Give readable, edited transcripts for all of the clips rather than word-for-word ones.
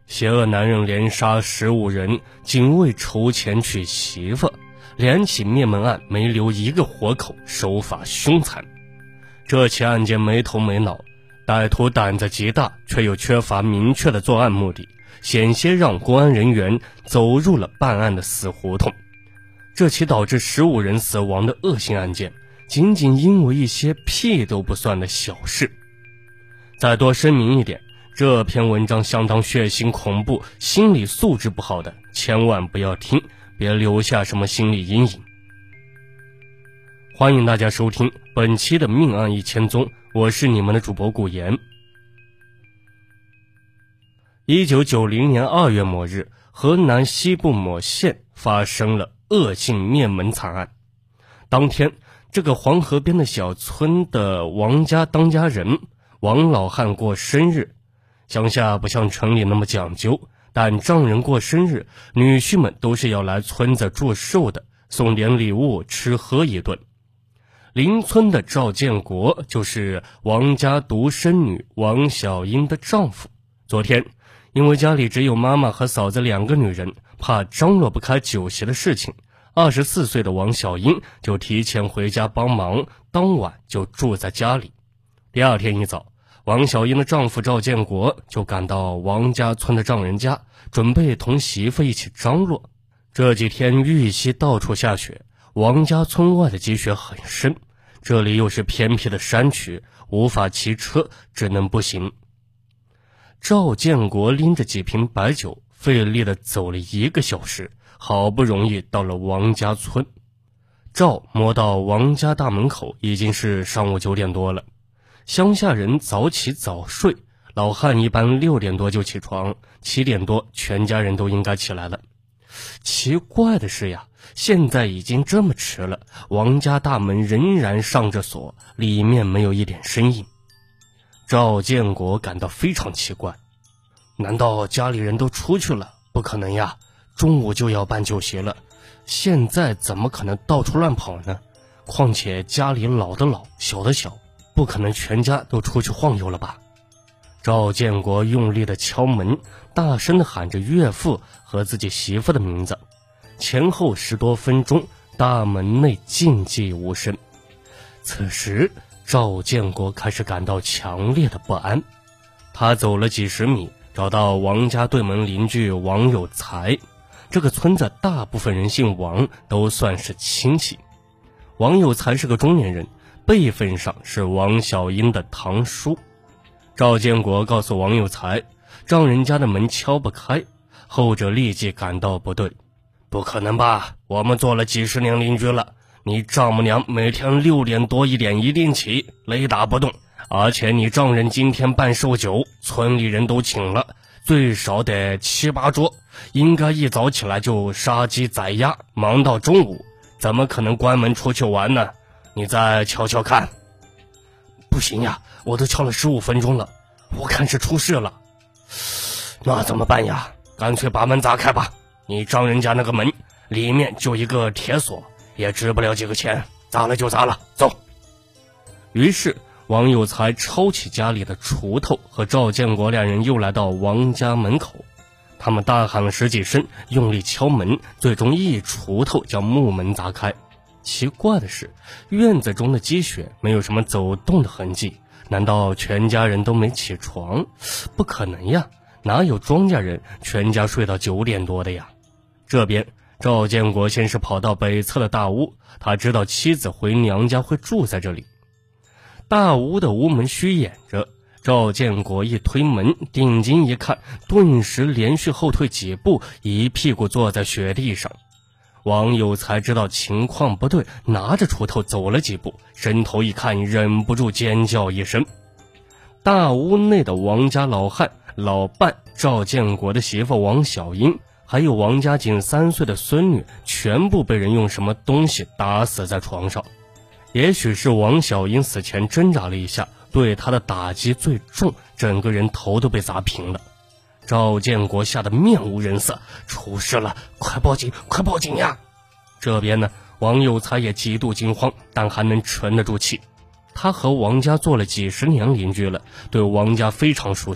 邪恶男人连杀15人，仅为筹钱娶媳妇，2起灭门案没留一个活口，手法凶残。这起案件没头没脑，歹徒胆子极大，却又缺乏明确的作案目的，险些让公安人员走入了办案的死胡同。这起导致15人死亡的恶性案件，仅仅因为一些屁都不算的小事。再多声明一点，这篇文章相当血腥恐怖，心理素质不好的千万不要听，别留下什么心理阴影。欢迎大家收听本期的命案1000宗，我是你们的主播古言。1990年2月某日，河南西部某县发生了恶性灭门惨案。当天，这个黄河边的小村的王家当家人王老汉过生日。乡下不像城里那么讲究，但丈人过生日，女婿们都是要来村子祝寿的，送点礼物，吃喝一顿。邻村的赵建国就是王家独生女王小英的丈夫。昨天因为家里只有妈妈和嫂子2个女人，怕张罗不开酒席的事情，24岁的王小英就提前回家帮忙，当晚就住在家里。第二天一早，王小英的丈夫赵建国就赶到王家村的丈人家，准备同媳妇一起张罗。这几天玉溪到处下雪，王家村外的积雪很深，这里又是偏僻的山区，无法骑车，只能步行。赵建国拎着几瓶白酒，费力地走了1个小时，好不容易到了王家村。赵摸到王家大门口，已经是上午9点多了。乡下人早起早睡，老汉一般6点多就起床，7点多全家人都应该起来了。奇怪的是呀，现在已经这么迟了，王家大门仍然上着锁，里面没有一点声音。赵建国感到非常奇怪，难道家里人都出去了？不可能呀，中午就要办酒席了，现在怎么可能到处乱跑呢？况且家里老的老，小的小，不可能全家都出去晃悠了吧？赵建国用力地敲门，大声地喊着岳父和自己媳妇的名字。前后10多分钟，大门内静寂无声。此时赵建国开始感到强烈的不安。他走了几十米，找到王家对门邻居王有才。这个村子大部分人姓王，都算是亲戚。王有才是个中年人，辈分上是王小英的堂叔。赵建国告诉王有才，丈人家的门敲不开，后者立即感到不对。不可能吧，我们做了几十年邻居了，你丈母娘每天6点多1点一定起，雷打不动，而且你丈人今天办寿酒，村里人都请了，最少得7、8桌，应该一早起来就杀鸡宰鸭，忙到中午，怎么可能关门出去玩呢？你再敲敲看。不行呀，我都敲了15分钟了，我看是出事了。那怎么办呀？干脆把门砸开吧，你丈人家那个门里面就一个铁锁，也值不了几个钱，砸了就砸了，走。于是王有才抄起家里的锄头，和赵建国2人又来到王家门口。他们大喊了10几声，用力敲门，最终一锄头将木门砸开。奇怪的是，院子中的积雪没有什么走动的痕迹，难道全家人都没起床？不可能呀，哪有庄稼人全家睡到9点多的呀？这边赵建国先是跑到北侧的大屋，他知道妻子回娘家会住在这里。大屋的屋门虚掩着，赵建国一推门，定睛一看，顿时连续后退几步，一屁股坐在雪地上。王有才知道情况不对，拿着锄头走了几步，伸头一看，忍不住尖叫一声。大屋内的王家老汉、老伴赵建国的媳妇王小英，还有王家仅3岁的孙女，全部被人用什么东西打死在床上。也许是王小英死前挣扎了一下，对她的打击最重，整个人头都被砸平了。赵建国吓得面无人色，出事了，快报警，快报警呀！这边呢，王有才也极度惊慌，但还能沉得住气。他和王家做了几十年邻居了，对王家非常熟悉，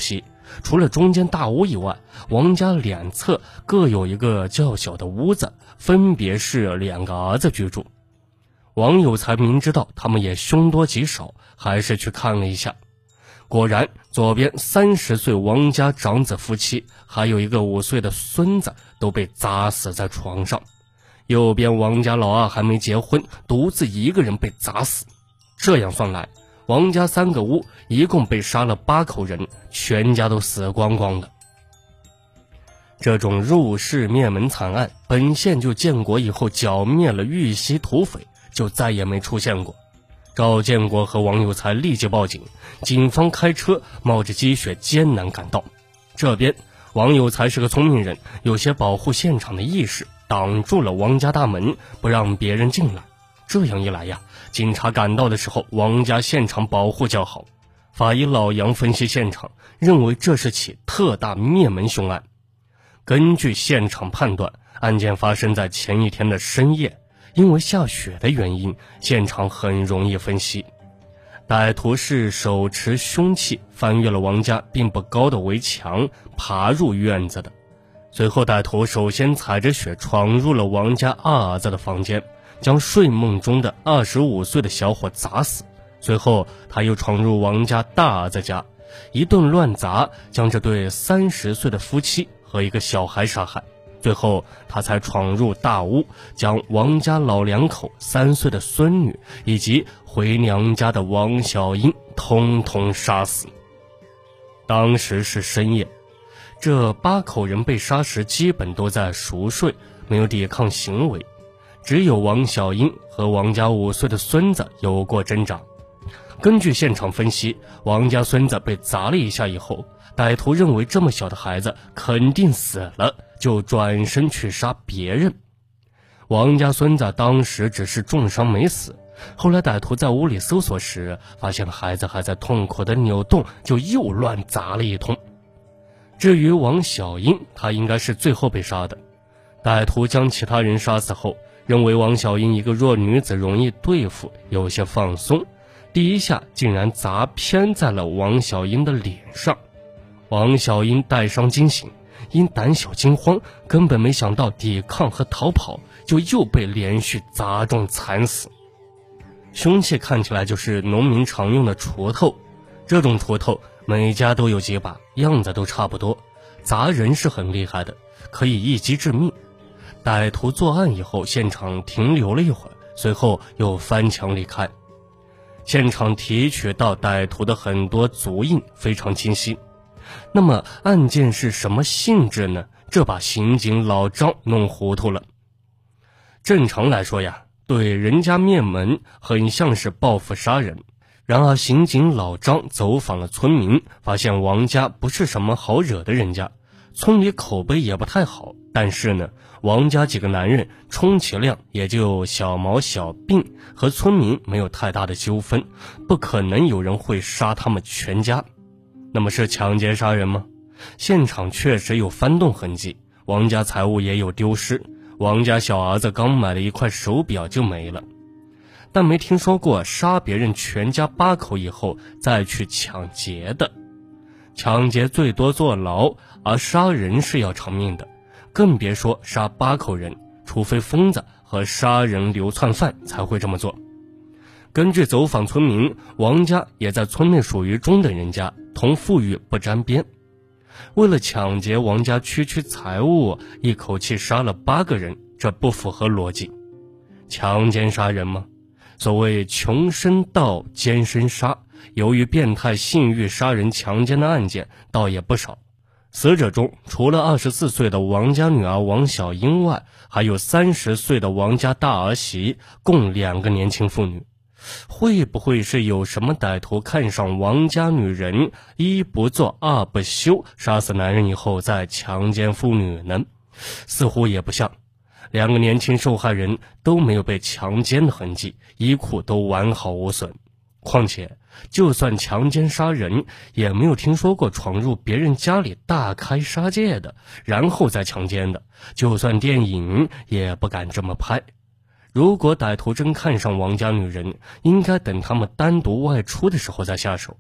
除了中间大屋以外，王家两侧各有一个较小的屋子，分别是2个儿子居住。王有才明知道他们也凶多吉少，还是去看了一下。果然，左边30岁王家长子夫妻，还有一个5岁的孙子都被砸死在床上。右边王家老二还没结婚，独自一个人被砸死。这样算来，王家3个屋一共被杀了8口人，全家都死光光了。这种入室灭门惨案，本县就建国以后剿灭了玉溪土匪，就再也没出现过。赵建国和王有才立即报警，警方开车冒着积雪艰难赶到。这边王有才是个聪明人，有些保护现场的意识，挡住了王家大门，不让别人进来。这样一来呀，警察赶到的时候，王家现场保护较好。法医老杨分析现场，认为这是起特大灭门凶案。根据现场判断，案件发生在前一天的深夜，因为下雪的原因，现场很容易分析。歹徒是手持凶器翻越了王家并不高的围墙，爬入院子的。随后歹徒首先踩着雪闯入了王家2儿子的房间，将睡梦中的25岁的小伙砸死。随后他又闯入王家大儿子家，一顿乱砸，将这对30岁的夫妻和一个小孩杀害。最后他才闯入大屋，将王家老2口、3岁的孙女以及回娘家的王小英统统杀死。当时是深夜，这8口人被杀时基本都在熟睡，没有抵抗行为，只有王小英和王家5岁的孙子有过挣扎。根据现场分析，王家孙子被砸了一下以后，歹徒认为这么小的孩子肯定死了，就转身去杀别人。王家孙子当时只是重伤没死，后来歹徒在屋里搜索时，发现孩子还在痛苦的扭动，就又乱砸了一通。至于王小英，她应该是最后被杀的。歹徒将其他人杀死后，认为王小英一个弱女子容易对付，有些放松，第一下竟然砸偏在了王小英的脸上。王小英带伤惊醒，因胆小惊慌，根本没想到抵抗和逃跑，就又被连续砸中惨死。凶器看起来就是农民常用的锄头，这种锄头每家都有几把，样子都差不多，砸人是很厉害的，可以一击致命。歹徒作案以后，现场停留了一会儿，随后又翻墙离开。现场提取到歹徒的很多足印，非常清晰。那么案件是什么性质呢？这把刑警老张弄糊涂了。正常来说呀，对人家灭门很像是报复杀人。然而刑警老张走访了村民，发现王家不是什么好惹的人家，村里口碑也不太好。但是呢，王家几个男人充其量也就小毛小病，和村民没有太大的纠纷，不可能有人会杀他们全家。那么是抢劫杀人吗？现场确实有翻动痕迹，王家财物也有丢失，王家小儿子刚买了一块手表就没了。但没听说过杀别人全家8口以后再去抢劫的。抢劫最多坐牢，而杀人是要偿命的，更别说杀8口人，除非疯子和杀人流窜犯才会这么做。根据走访村民，王家也在村内属于中等人家，同富裕不沾边。为了抢劫王家区财物，一口气杀了8个人，这不符合逻辑。强奸杀人吗？所谓穷生盗，奸生杀，由于变态性欲杀人强奸的案件倒也不少。死者中除了24岁的王家女儿王小英外，还有30岁的王家大儿媳，共2个年轻妇女。会不会是有什么歹徒看上王家女人，一不做二不休，杀死男人以后再强奸妇女呢？似乎也不像。2个年轻受害人都没有被强奸的痕迹，衣裤都完好无损。况且就算强奸杀人，也没有听说过闯入别人家里大开杀戒的，然后再强奸的，就算电影也不敢这么拍。如果歹徒真看上王家女人，应该等他们单独外出的时候再下手。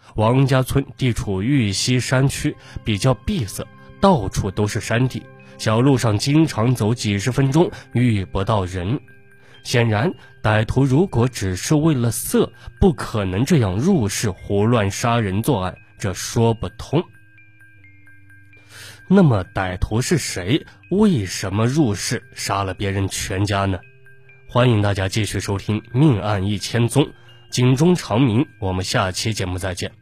王家村地处玉溪山区，比较闭塞，到处都是山地，小路上经常走几十分钟遇不到人。显然歹徒如果只是为了色，不可能这样入室胡乱杀人作案，这说不通。那么歹徒是谁？为什么入室杀了别人全家呢？欢迎大家继续收听《命案一千宗》，警钟长鸣。我们下期节目再见。